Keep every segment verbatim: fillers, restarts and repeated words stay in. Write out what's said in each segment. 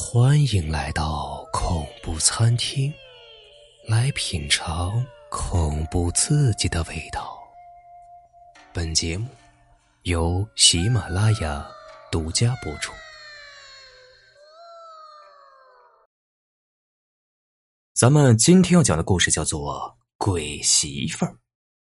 欢迎来到恐怖餐厅，来品尝恐怖刺激的味道。本节目由喜马拉雅独家播出。咱们今天要讲的故事叫做鬼媳妇儿。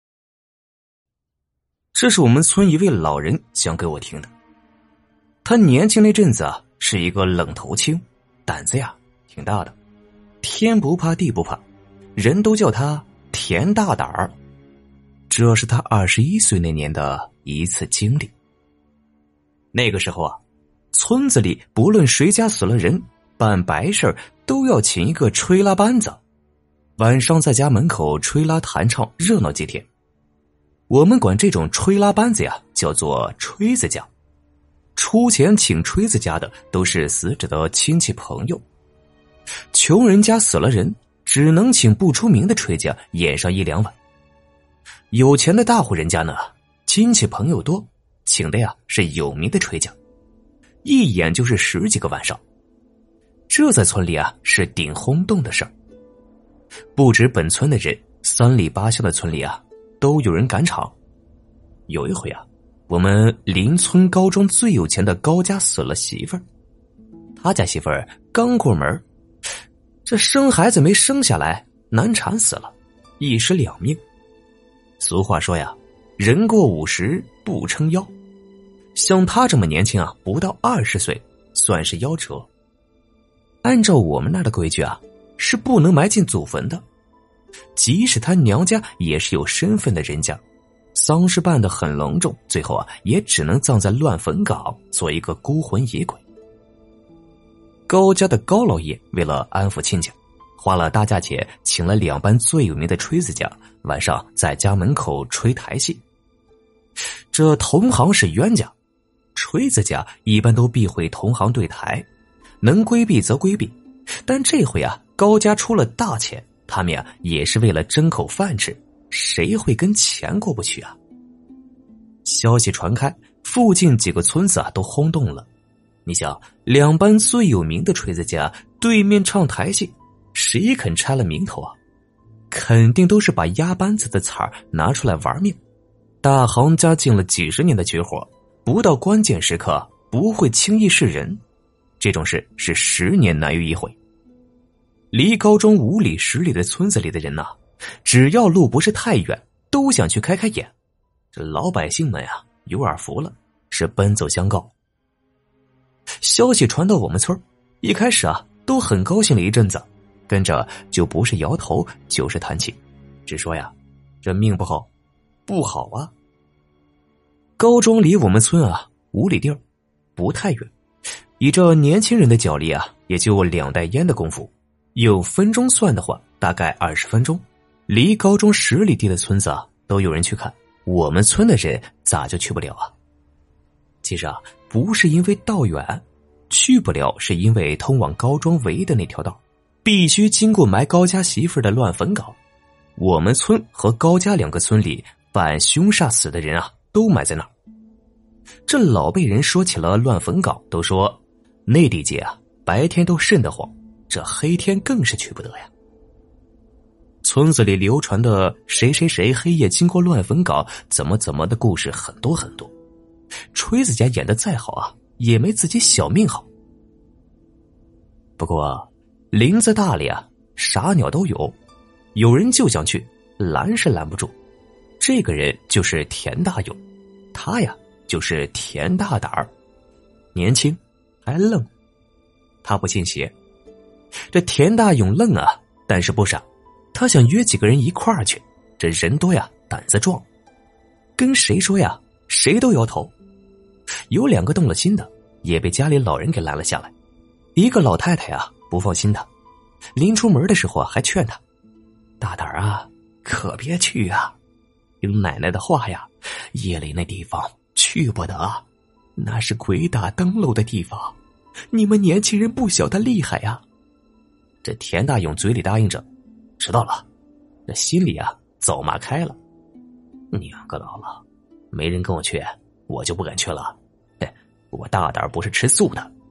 这是我们村一位老人讲给我听的。他年轻那阵子啊，是一个愣头青，胆子呀挺大的，天不怕地不怕，人都叫他田大胆儿。这是他二十一岁那年的一次经历。那个时候啊，村子里不论谁家死了人，办白事都要请一个吹拉班子，晚上在家门口吹拉弹唱，热闹几天。我们管这种吹拉班子呀叫做吹子家。出钱请吹子家的都是死者的亲戚朋友，穷人家死了人，只能请不出名的吹家演上一两晚。有钱的大户人家呢，亲戚朋友多，请的呀是有名的吹家，一演就是十几个晚上。这在村里啊是顶轰动的事儿。不止本村的人，三里八乡的村里啊都有人赶场。有一回啊，我们邻村高中最有钱的高家死了媳妇儿，他家媳妇儿刚过门，这生孩子没生下来，难产死了，一尸两命。俗话说呀，人过五十不撑腰，像他这么年轻啊，不到二十岁，算是夭折。按照我们那儿的规矩啊，是不能埋进祖坟的，即使他娘家也是有身份的人家。丧事办得很隆重，最后啊也只能葬在乱坟岗，做一个孤魂野鬼。高家的高老爷为了安抚亲家，花了大价钱请了两班最有名的吹子家，晚上在家门口吹台戏。这同行是冤家，吹子家一般都避讳同行对台，能规避则规避。但这回啊，高家出了大钱，他们呀也是为了争口饭吃，谁会跟钱过不去啊？消息传开，附近几个村子啊都轰动了。你想，两班最有名的吹子家对面唱台戏，谁肯拆了名头啊？肯定都是把压班子的彩儿拿出来玩命。大行家进了几十年的绝活，不到关键时刻不会轻易示人，这种事是十年难遇一回。离高中五里十里的村子里的人呐、啊，只要路不是太远，都想去开开眼。这老百姓们呀，有耳福了，是奔走相告。消息传到我们村，一开始啊，都很高兴了一阵子，跟着就不是摇头就是叹气，只说呀，这命不好，不好啊。高中离我们村啊五里地儿，不太远，以这年轻人的脚力啊，也就两袋烟的功夫，用分钟算的话，大概二十分钟。离高中十里地的村子啊，都有人去看，我们村的人咋就去不了啊？其实啊，不是因为道远，去不了是因为通往高庄围的那条道必须经过埋高家媳妇的乱坟岗。我们村和高家两个村里办凶煞死的人啊，都埋在那儿。这老辈人说起了乱坟岗，都说内地界啊，白天都瘆得慌，这黑天更是去不得呀。村子里流传的谁谁谁黑夜经过乱坟岗怎么怎么的故事很多很多，吹子家演得再好啊，也没自己小命好。不过林子大里啊，啥鸟都有，有人就想去，拦是拦不住。这个人就是田大勇，他呀就是田大胆儿，年轻还愣。他不信邪，这田大勇愣啊，但是不傻。他想约几个人一块儿去，这人多呀，胆子壮，跟谁说呀，谁都摇头。有两个动了心的，也被家里老人给拦了下来。一个老太太啊，不放心他，临出门的时候啊，还劝他：大胆啊，可别去啊！听奶奶的话呀，夜里那地方去不得，那是鬼打灯笼的地方，你们年轻人不晓得厉害呀。这田大勇嘴里答应着，知道了，这心里啊早骂开了。娘个姥姥，没人跟我去，我就不敢去了。嘿，我大胆不是吃素的。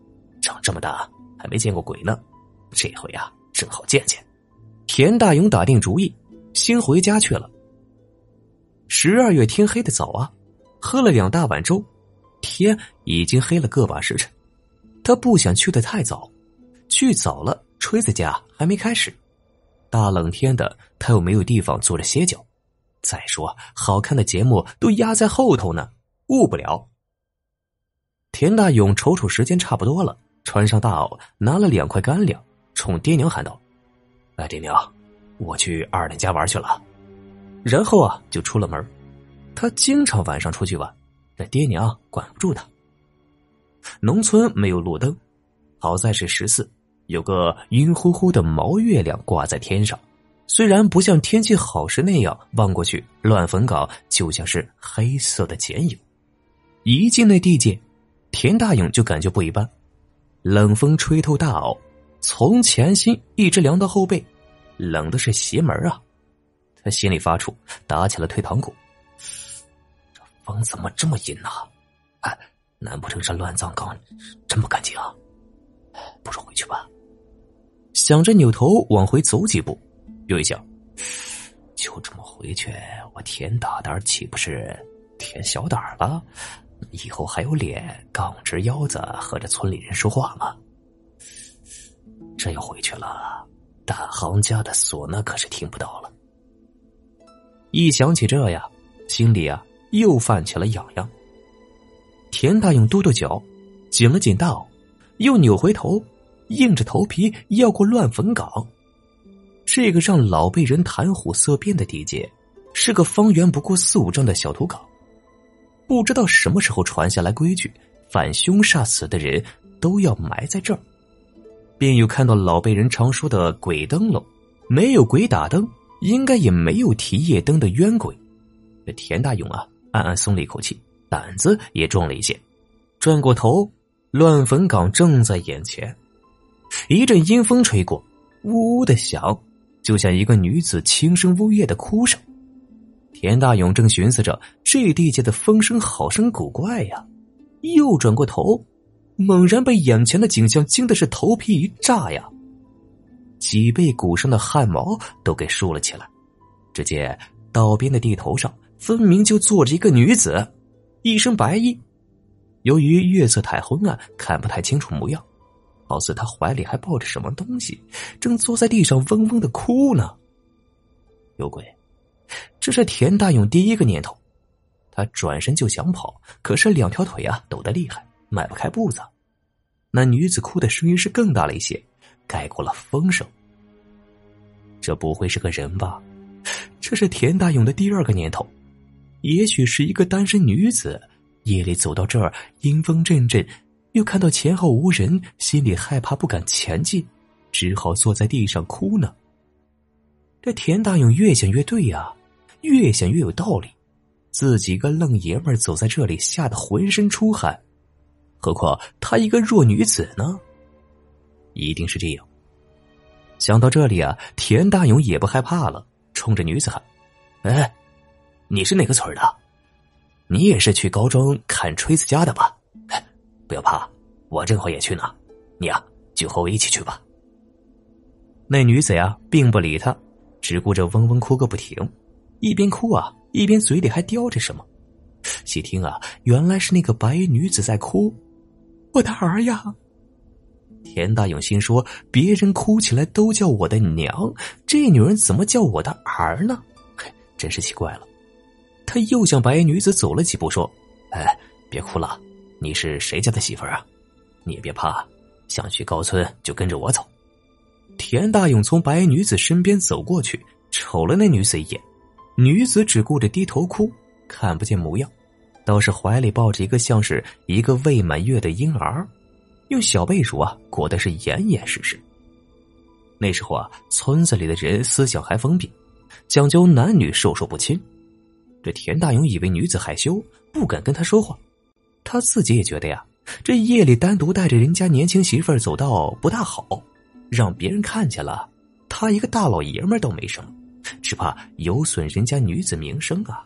长这么大还没见过鬼呢，这回啊正好见见。田大勇打定主意，先回家去了。十二月天黑的早啊，喝了两大碗粥，天已经黑了个把时辰。他不想去得太早，去早了吹子家还没开始，大冷天的他又没有地方坐着歇脚。再说好看的节目都压在后头呢，误不了。田大勇瞅瞅时间差不多了，穿上大袄，拿了两块干粮，冲爹娘喊道：哎，爹娘，我去二奶家玩去了。然后啊就出了门。他经常晚上出去玩，这爹娘管不住他。农村没有路灯，好在是十四，有个晕乎乎的毛月亮挂在天上。虽然不像天气好时那样望过去，乱坟岗就像是黑色的剪影。一进那地界，田大勇就感觉不一般。冷风吹透大袄，从前心一直凉到后背，冷的是邪门啊！他心里发怵，打起了退堂鼓。这风怎么这么阴啊？哎，难不成这乱葬岗这么干净啊？不如回去吧。想着扭头往回走几步，又一想，就这么回去，我田大胆岂不是田小胆了？以后还有脸杠直腰子和这村里人说话吗？这要回去了，大行家的唢呐可是听不到了。一想起这呀，心里啊又泛起了痒痒。田大勇跺跺脚，紧了紧大袄，又扭回头，硬着头皮要过乱坟岗。这个让老辈人谈虎色变的地界，是个方圆不过四五丈的小土岗。不知道什么时候传下来规矩，反凶煞死的人都要埋在这儿。便有看到老辈人常说的鬼灯笼，没有鬼打灯，应该也没有提夜灯的冤鬼。这田大勇啊暗暗松了一口气，胆子也壮了一些。转过头，乱坟岗正在眼前。一阵阴风吹过，呜呜的响，就像一个女子轻声呜咽的哭声。田大勇正寻思着这地界的风声好生古怪呀，又转过头，猛然被眼前的景象惊的是头皮一炸呀，脊背骨上的汗毛都给竖了起来。只见道边的地头上分明就坐着一个女子，一身白衣。由于月色太昏暗，看不太清楚模样，好似她怀里还抱着什么东西，正坐在地上嗡嗡的哭呢。有鬼！这是田大勇第一个念头。他转身就想跑，可是两条腿啊抖得厉害，迈不开步子。那女子哭的声音是更大了一些，盖过了风声。这不会是个人吧？这是田大勇的第二个念头。也许是一个单身女子，夜里走到这儿，阴风阵阵，又看到前后无人，心里害怕不敢前进，只好坐在地上哭呢。这田大勇越想越对呀、啊，越想越有道理。自己个愣爷们儿走在这里，吓得浑身出汗，何况她一个弱女子呢？一定是这样。想到这里啊，田大勇也不害怕了，冲着女子喊：哎，你是哪个村的？你也是去高庄看吹子家的吧？哎，不要怕，我正好也去呢，你啊就和我一起去吧。那女子呀并不理他，只顾着嗡嗡哭个不停，一边哭啊一边嘴里还叼着什么。细听啊，原来是那个白衣女子在哭：我的儿呀！田大勇心说，别人哭起来都叫我的娘，这女人怎么叫我的儿呢？嘿，真是奇怪了。他又向白衣女子走了几步，说：哎，别哭了，你是谁家的媳妇儿啊？你也别怕，想去高村就跟着我走。田大勇从白衣女子身边走过去，瞅了那女子一眼。女子只顾着低头哭，看不见模样，倒是怀里抱着一个像是一个未满月的婴儿，用小被褥啊裹得是严严实实。那时候啊，村子里的人思想还封闭，讲究男女授受不亲。这田大勇以为女子害羞，不敢跟他说话。他自己也觉得呀，这夜里单独带着人家年轻媳妇儿走道不大好，让别人看见了，他一个大老爷们儿倒没什么，只怕有损人家女子名声啊。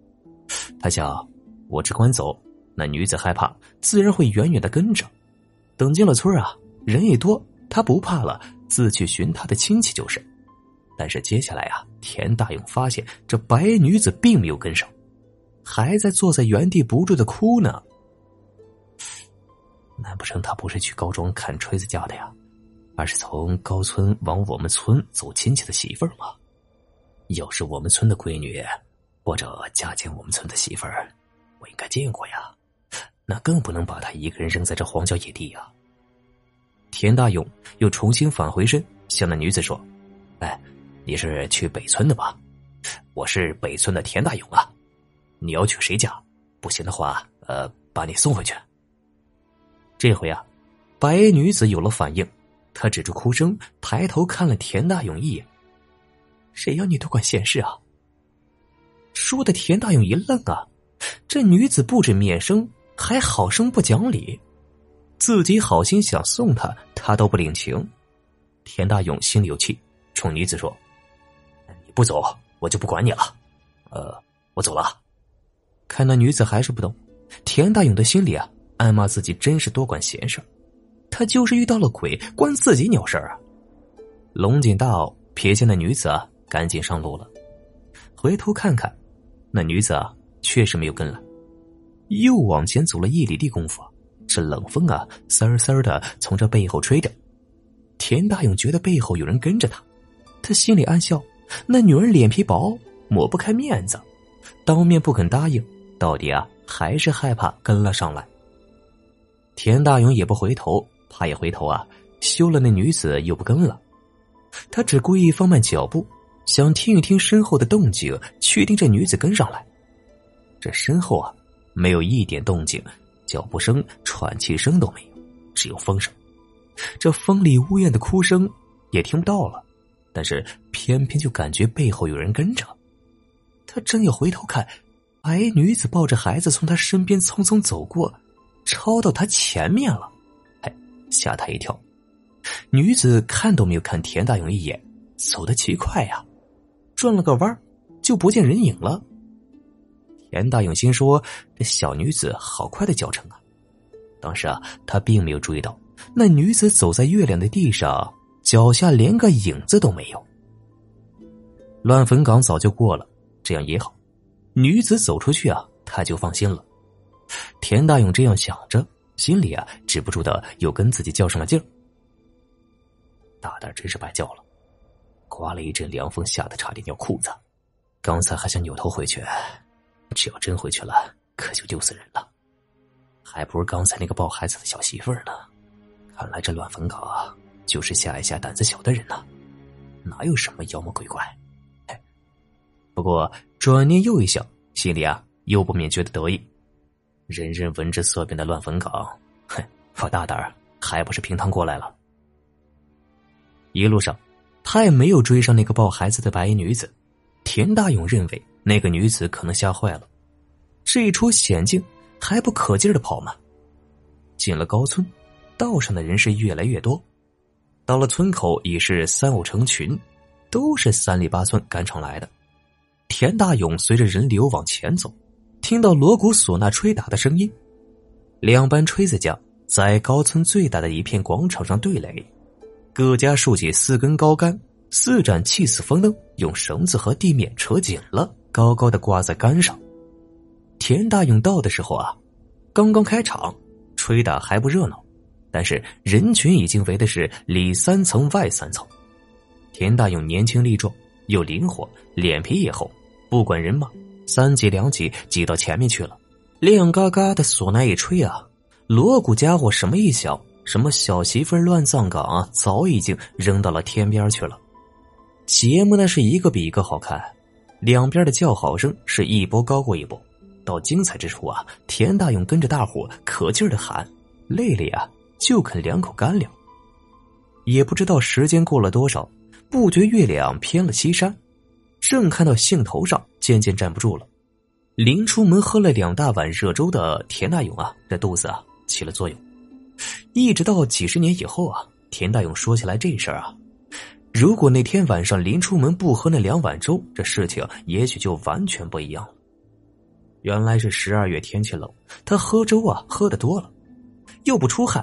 他想，我只管走，那女子害怕，自然会远远的跟着。 等进了村啊，人一多，他不怕了，自去寻他的亲戚就是。但是接下来啊，田大勇发现这白女子并没有跟上，还在坐在原地不住的哭呢。难不成他不是去高庄看锤子家的呀，而是从高村往我们村走亲戚的媳妇儿吗？要是我们村的闺女，或者嫁进我们村的媳妇儿，我应该见过呀，那更不能把她一个人扔在这荒郊野地呀。田大勇又重新返回身，向那女子说：哎，你是去北村的吧？我是北村的田大勇啊，你要去谁家？不行的话，呃，把你送回去。这回啊，白女子有了反应，她止住哭声，抬头看了田大勇一眼。谁要你多管闲事啊？说的田大勇一愣啊，这女子不止面生，还好生不讲理，自己好心想送她，她都不领情。田大勇心里有气，冲女子说：你不走，我就不管你了。呃，我走了。看那女子还是不动，田大勇的心里啊，暗骂自己真是多管闲事，他就是遇到了鬼，关自己鸟事啊。龙井大奥瞥见那女子啊，赶紧上路了。回头看看，那女子啊，确实没有跟来。又往前走了一里地功夫啊，这冷风啊，丝儿丝儿的从这背后吹着。田大勇觉得背后有人跟着他，他心里暗笑，那女人脸皮薄，抹不开面子，当面不肯答应，到底啊，还是害怕跟了上来。田大勇也不回头，怕一回头啊，休了那女子又不跟了。他只故意放慢脚步，想听一听身后的动静，确定这女子跟上来。这身后啊，没有一点动静，脚步声、喘气声都没有，只有风声。这风里呜咽的哭声也听不到了，但是偏偏就感觉背后有人跟着。他正要回头看，白女子抱着孩子从他身边匆匆走过，超到他前面了，嘿，吓他一跳。女子看都没有看田大勇一眼，走得奇快呀，转了个弯就不见人影了。田大勇心说，这小女子好快的脚程啊。当时啊，他并没有注意到那女子走在月亮的地上，脚下连个影子都没有。乱坟岗早就过了，这样也好，女子走出去啊，他就放心了。田大勇这样想着，心里啊止不住的又跟自己较上了劲儿。大胆真是白叫了，刮了一阵凉风，吓得差点尿裤子。刚才还想扭头回去，只要真回去了，可就丢死人了。还不如刚才那个抱孩子的小媳妇儿呢。看来这乱坟岗啊，就是吓一吓胆子小的人呢，哪有什么妖魔鬼怪。不过转念又一想，心里啊又不免觉得得意。人人闻之色变的乱坟岗，哼，我大胆还不是平趟过来了。一路上他也没有追上那个抱孩子的白衣女子。田大勇认为那个女子可能吓坏了，这出险境还不可劲儿的跑吗？进了高村，道上的人是越来越多，到了村口已是三五成群，都是三里八村赶场来的。田大勇随着人流往前走，听到锣鼓唢呐吹打的声音。两班吹子匠在高村最大的一片广场上对垒，各家竖起四根高杆，四盏气死风灯用绳子和地面扯紧了，高高的挂在杆上。田大勇到的时候啊，刚刚开场，吹打还不热闹，但是人群已经围的是里三层外三层。田大勇年轻力壮，又灵活，脸皮也厚，不管人马，三挤两挤挤到前面去了。亮嘎嘎的唢呐一吹啊，锣鼓家伙什么一响，什么小媳妇乱葬岗啊，早已经扔到了天边去了。节目呢是一个比一个好看，两边的叫好声是一波高过一波。到精彩之处啊，田大勇跟着大伙可劲儿的喊，累了呀就啃两口干粮。也不知道时间过了多少，不觉月亮偏了西山，正看到兴头上渐渐站不住了。临出门喝了两大碗热粥的田大勇啊，这肚子啊起了作用。一直到几十年以后啊，田大勇说起来这事儿啊，如果那天晚上临出门不喝那两碗粥，这事情也许就完全不一样了。原来是十二月天气冷，他喝粥啊喝得多了，又不出汗，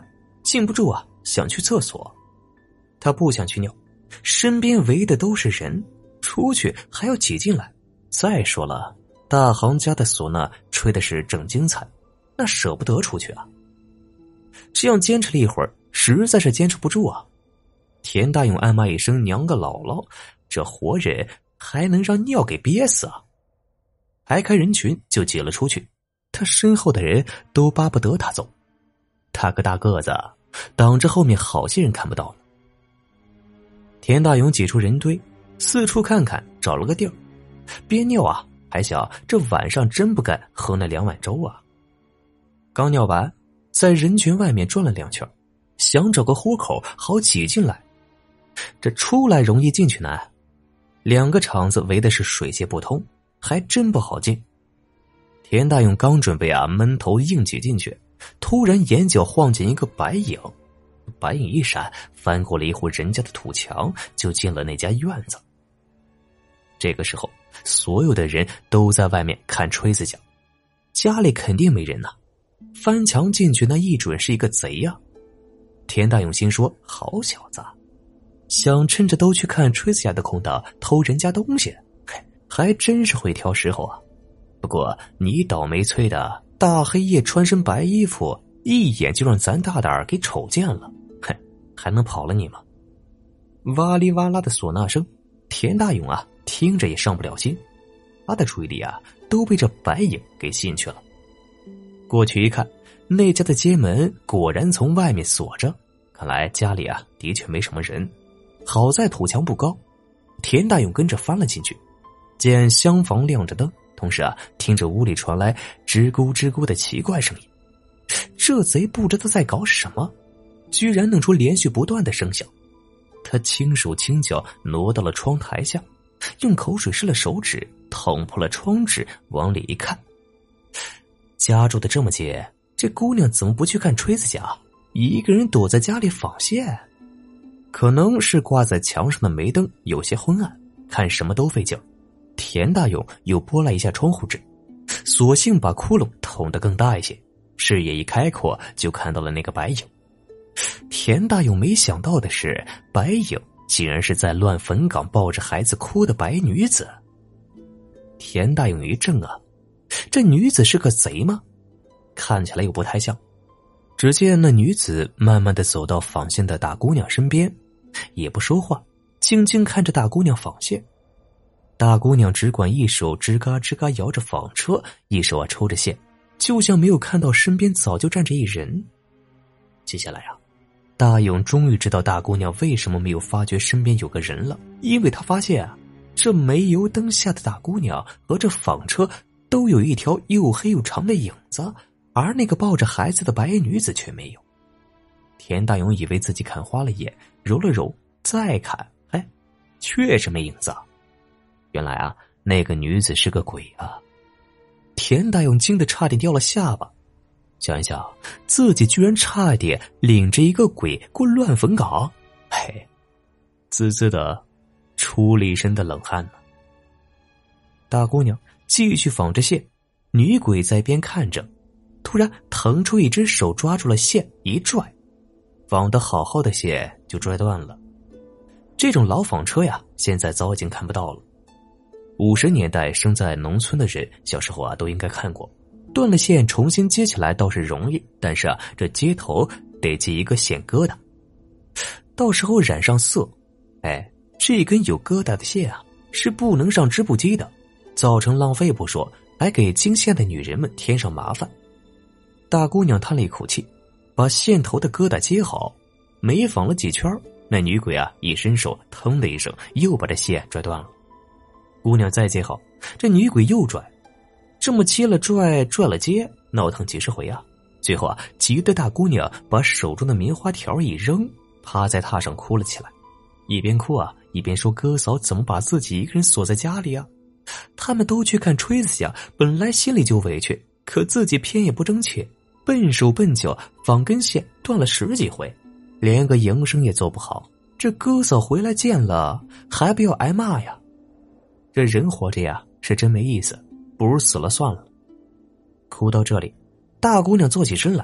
禁不住啊想去厕所。他不想去尿，身边围的都是人，出去还要挤进来。再说了，大行家的唢呐吹的是正精彩，那舍不得出去啊。这样坚持了一会儿，实在是坚持不住啊。田大勇暗骂一声娘个姥姥，这活人还能让尿给憋死啊。排开人群就挤了出去，他身后的人都巴不得他走。他个大个子挡着后面好些人看不到了。田大勇挤出人堆，四处看看，找了个地儿憋尿啊，还想这晚上真不敢喝那两碗粥啊。刚尿完，在人群外面转了两圈，想找个豁口好挤进来。这出来容易进去难，两个场子围的是水泄不通，还真不好进。田大勇刚准备啊闷头硬挤进去，突然眼角晃进一个白影，白影一闪，翻过了一户人家的土墙，就进了那家院子。这个时候，所有的人都在外面看吹子家，家里肯定没人呐、啊，翻墙进去那一准是一个贼呀、啊。田大勇心说：好小子，想趁着都去看吹子家的空档偷人家东西，还真是会挑时候啊。不过你倒霉催的，大黑夜穿身白衣服，一眼就让咱大胆儿给瞅见了，嘿，还能跑了你吗？哇哩哇啦的唢呐声，田大勇啊听着也上不了心，他的注意力啊都被这白影给吸引去了。过去一看，那家的街门果然从外面锁着，看来家里啊的确没什么人。好在土墙不高，田大勇跟着翻了进去，见厢房亮着灯，同时啊听着屋里传来吱咕吱咕的奇怪声音。这贼不知道在搞什么，居然弄出连续不断的声响。他轻手轻脚挪到了窗台下，用口水湿了手指，捅破了窗纸，往里一看，家住的这么近，这姑娘怎么不去看吹子家，一个人躲在家里纺线？可能是挂在墙上的煤灯有些昏暗，看什么都费劲。田大勇又拨了一下窗户纸，索性把窟窿捅得更大一些，视野一开阔，就看到了那个白影。田大勇没想到的是，白影竟然是在乱坟岗抱着孩子哭的白女子。田大勇一怔啊，这女子是个贼吗？看起来又不太像。只见那女子慢慢的走到纺线的大姑娘身边，也不说话，静静看着大姑娘纺线。大姑娘只管一手吱嘎吱嘎摇着纺车，一手啊抽着线，就像没有看到身边早就站着一人。接下来啊，大勇终于知道大姑娘为什么没有发觉身边有个人了，因为他发现啊，这煤油灯下的大姑娘和这纺车都有一条又黑又长的影子，而那个抱着孩子的白衣女子却没有。田大勇以为自己看花了眼，揉了揉，再看，哎，确实没影子。原来啊，那个女子是个鬼啊！田大勇惊得差点掉了下巴。想一想，自己居然差一点领着一个鬼过乱坟岗，嘿，滋滋的出了一身的冷汗呢。大姑娘继续纺着线，女鬼在边看着，突然腾出一只手抓住了线，一拽，纺得好好的线就拽断了。这种老纺车呀，现在早已经看不到了。五十年代生在农村的人，小时候啊都应该看过。断了线重新接起来倒是容易，但是啊，这接头得接一个线疙瘩，到时候染上色，哎，这根有疙瘩的线啊是不能上织布机的，造成浪费不说，还给经线的女人们添上麻烦。大姑娘叹了一口气，把线头的疙瘩接好，没纺了几圈，那女鬼啊一伸手，腾的一声又把这线拽断了。姑娘再接好，这女鬼又拽，这么接了拽，拽了接，闹腾几十回啊！最后啊，急得大姑娘把手中的棉花条一扔，趴在榻上哭了起来。一边哭啊，一边说：“哥嫂怎么把自己一个人锁在家里啊？他们都去看吹子家，本来心里就委屈，可自己偏也不争气，笨手笨脚，纺根线断了十几回，连个营生也做不好。这哥嫂回来见了，还不要挨骂呀？这人活着呀，是真没意思。”不如死了算了。哭到这里，大姑娘坐起身来，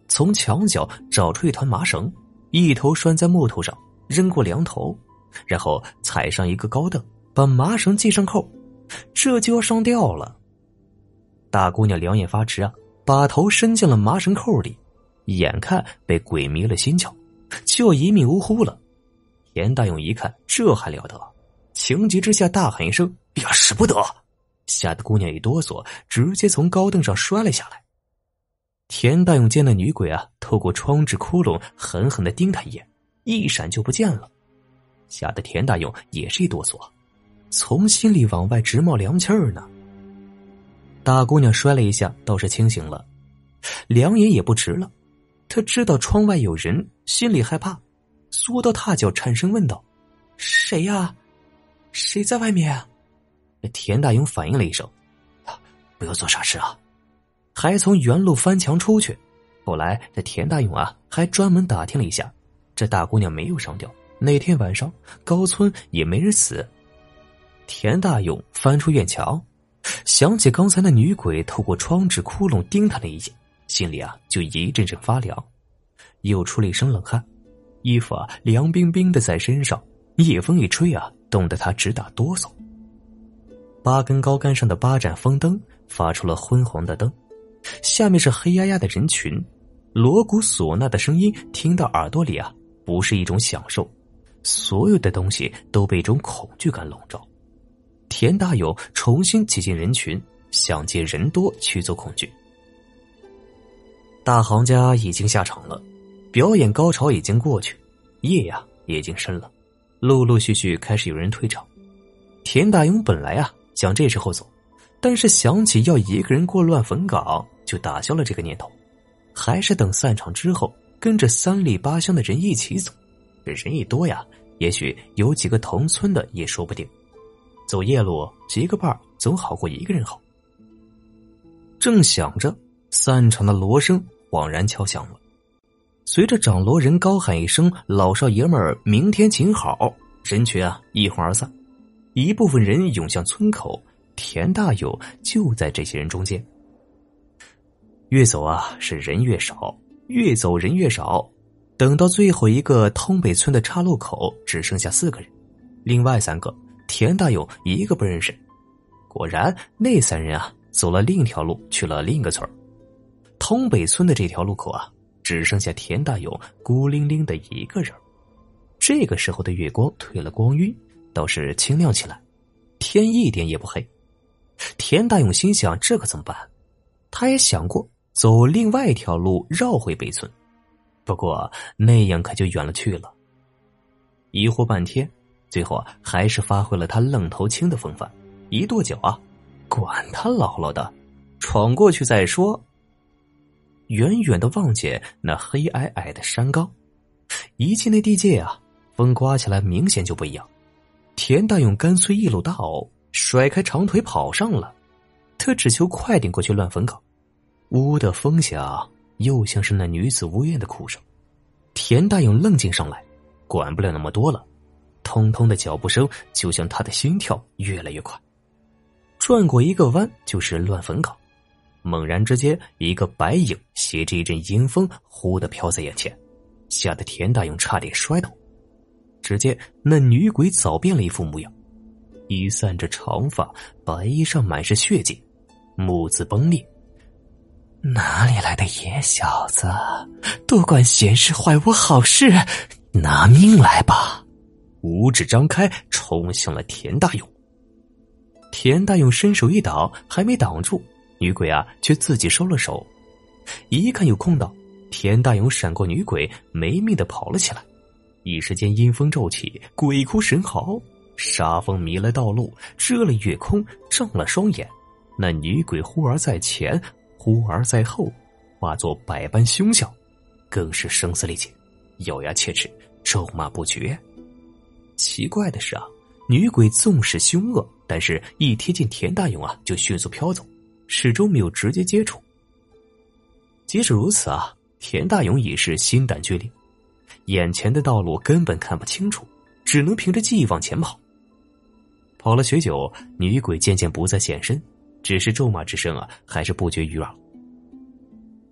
从墙角找出一团麻绳，一头拴在木头上，扔过梁头，然后踩上一个高凳，把麻绳系上扣，这就要上吊了。大姑娘两眼发直啊，把头伸进了麻绳扣里，眼看被鬼迷了心窍，就要一命呜呼了。田大勇一看，这还了得，情急之下大喊一声：“哎呀，使不得！”吓得姑娘一哆嗦，直接从高凳上摔了下来。田大勇见那女鬼啊，透过窗纸窟窿狠狠地盯他一眼，一闪就不见了，吓得田大勇也是一哆嗦，从心里往外直冒凉气儿呢。大姑娘摔了一下，倒是清醒了，两眼也不直了。她知道窗外有人，心里害怕，缩到踏脚，颤声问道：“谁呀？谁在外面啊？”田大勇反应了一声：“不要做傻事啊！”还从原路翻墙出去。后来这田大勇啊，还专门打听了一下，这大姑娘没有上吊，那天晚上高村也没人死。田大勇翻出院墙，想起刚才那女鬼透过窗纸窟窿盯他那一眼，心里啊就一阵阵发凉，又出了一身冷汗，衣服啊凉冰冰的在身上，夜风一吹啊，冻得他直打哆嗦。八根高杆上的八盏风灯发出了昏黄的灯，下面是黑压压的人群，锣鼓唢呐的声音听到耳朵里啊，不是一种享受，所有的东西都被一种恐惧感笼罩。田大勇重新挤进人群，想借人多驱走恐惧。大行家已经下场了，表演高潮已经过去，夜呀、啊、也已经深了，陆陆续续开始有人退场。田大勇本来啊想这时候走，但是想起要一个人过乱坟岗，就打消了这个念头，还是等散场之后跟着三里八乡的人一起走。这人一多呀，也许有几个同村的也说不定，走夜路几个伴总好过一个人好。正想着，散场的锣声恍然敲响了，随着掌锣人高喊一声“老少爷们儿明天请好”，人群啊一哄而散，一部分人涌向村口，田大勇就在这些人中间。越走啊是人越少，越走人越少，等到最后一个通北村的岔路口，只剩下四个人，另外三个田大勇一个不认识。果然那三人啊走了另一条路，去了另一个村。通北村的这条路口啊，只剩下田大勇孤零零的一个人。这个时候的月光退了光晕，倒是清亮起来，天一点也不黑。田大勇心想，这可怎么办？他也想过走另外一条路绕回北村，不过那样可就远了去了。疑惑半天，最后啊还是发挥了他愣头青的风范，一跺脚啊，管他姥姥的，闯过去再说。远远的望见那黑矮矮的山岗，一进那地界啊，风刮起来明显就不一样。田大勇干脆一搂大袄，甩开长腿跑上了。他只求快点过去乱坟岗。呜的风响，又像是那女子无怨的哭声。田大勇愣劲上来，管不了那么多了，通通的脚步声就像他的心跳越来越快。转过一个弯就是乱坟岗，猛然之间，一个白影携着一阵阴风忽地飘在眼前，吓得田大勇差点摔倒。只见那女鬼早变了一副模样，一散着长发，白衣上满是血迹，目眦崩裂。哪里来的野小子，多管闲事坏我好事，拿命来吧！五指张开，冲向了田大勇。田大勇伸手一挡，还没挡住，女鬼啊却自己收了手。一看有空档，田大勇闪过女鬼，没命地跑了起来。一时间阴风骤起，鬼哭神嚎，杀风迷了道路，遮了月空，障了双眼。那女鬼忽而在前，忽而在后，化作百般凶相，更是声嘶力竭，咬牙切齿，咒骂不绝。奇怪的是啊，女鬼纵使凶恶，但是一贴近田大勇啊，就迅速飘走，始终没有直接接触。即使如此啊，田大勇已是心胆俱裂，眼前的道路根本看不清楚，只能凭着记忆往前跑。跑了许久，女鬼渐渐不再现身，只是咒骂之声啊，还是不绝于耳。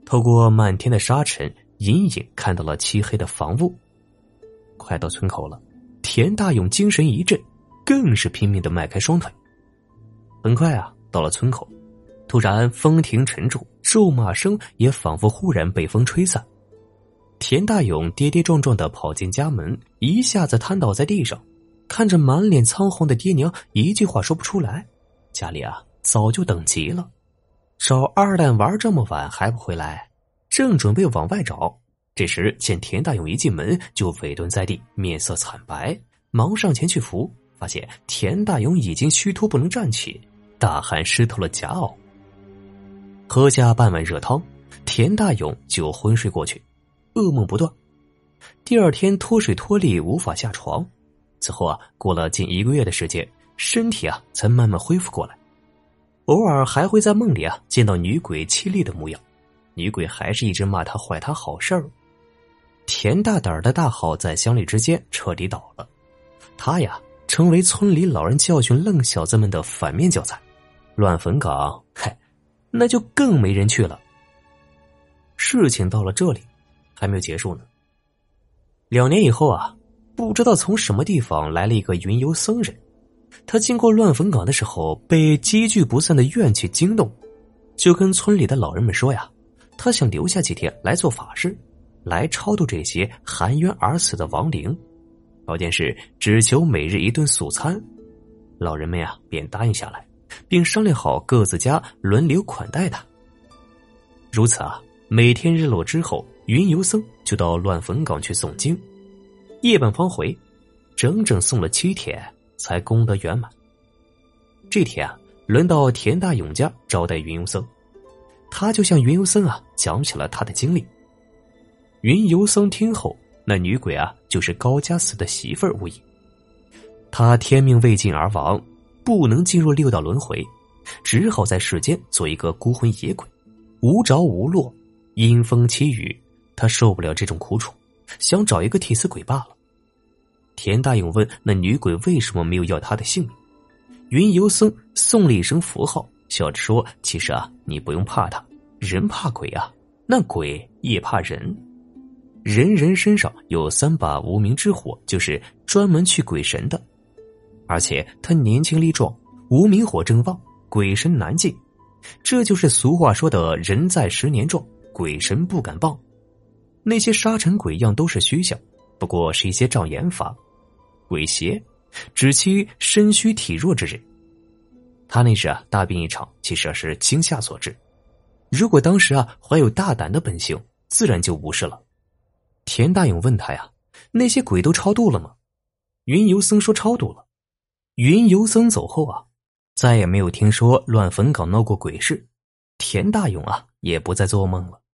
透过漫天的沙尘，隐隐看到了漆黑的房屋。快到村口了，田大勇精神一振，更是拼命地迈开双腿。很快啊，到了村口，突然风停尘住，咒骂声也仿佛忽然被风吹散。田大勇跌跌撞撞地跑进家门，一下子瘫倒在地上，看着满脸苍黄的爹娘，一句话说不出来。家里啊早就等急了，找二蛋玩这么晚还不回来，正准备往外找，这时见田大勇一进门就委蹲在地，面色惨白，忙上前去扶，发现田大勇已经虚脱不能站起，大汗湿透了夹袄。喝下半碗热汤，田大勇就昏睡过去，噩梦不断。第二天脱水脱力无法下床，此后啊过了近一个月的时间，身体啊才慢慢恢复过来。偶尔还会在梦里啊见到女鬼凄厉的模样，女鬼还是一直骂他坏他好事儿。田大胆的大号在乡里之间彻底倒了，他呀成为村里老人教训愣小子们的反面教材。乱坟岗，嗨，那就更没人去了。事情到了这里还没有结束呢。两年以后啊，不知道从什么地方来了一个云游僧人，他经过乱坟岗的时候被积聚不散的怨气惊动，就跟村里的老人们说呀，他想留下几天来做法事，来超度这些含冤而死的亡灵，条件是只求每日一顿素餐。老人们呀便答应下来，并商量好各自家轮流款待他。如此啊，每天日落之后，云游僧就到乱坟岗去诵经，夜半方回，整整诵了七天才功德圆满。这天啊，轮到田大勇家招待云游僧，他就向云游僧啊讲起了他的经历。云游僧听后，那女鬼啊就是高家寺的媳妇儿无疑。他天命未尽而亡，不能进入六道轮回，只好在世间做一个孤魂野鬼，无着无落，阴风凄雨，他受不了这种苦楚，想找一个替死鬼罢了。田大勇问那女鬼为什么没有要他的性命，云游僧诵了一声符号，笑着说，其实啊你不用怕他，人怕鬼啊，那鬼也怕人。人人身上有三把无名之火，就是专门去鬼神的，而且他年轻力壮，无名火正旺，鬼神难进，这就是俗话说的人在十年壮，鬼神不敢傍。那些沙尘鬼样都是虚像，不过是一些障眼法，鬼邪指其身虚体弱之人。他那时啊大病一场，其实是惊吓所致，如果当时啊怀有大胆的本性，自然就无事了。田大勇问他呀，那些鬼都超度了吗？云游僧说超度了。云游僧走后啊，再也没有听说乱坟岗闹过鬼事，田大勇啊也不再做梦了。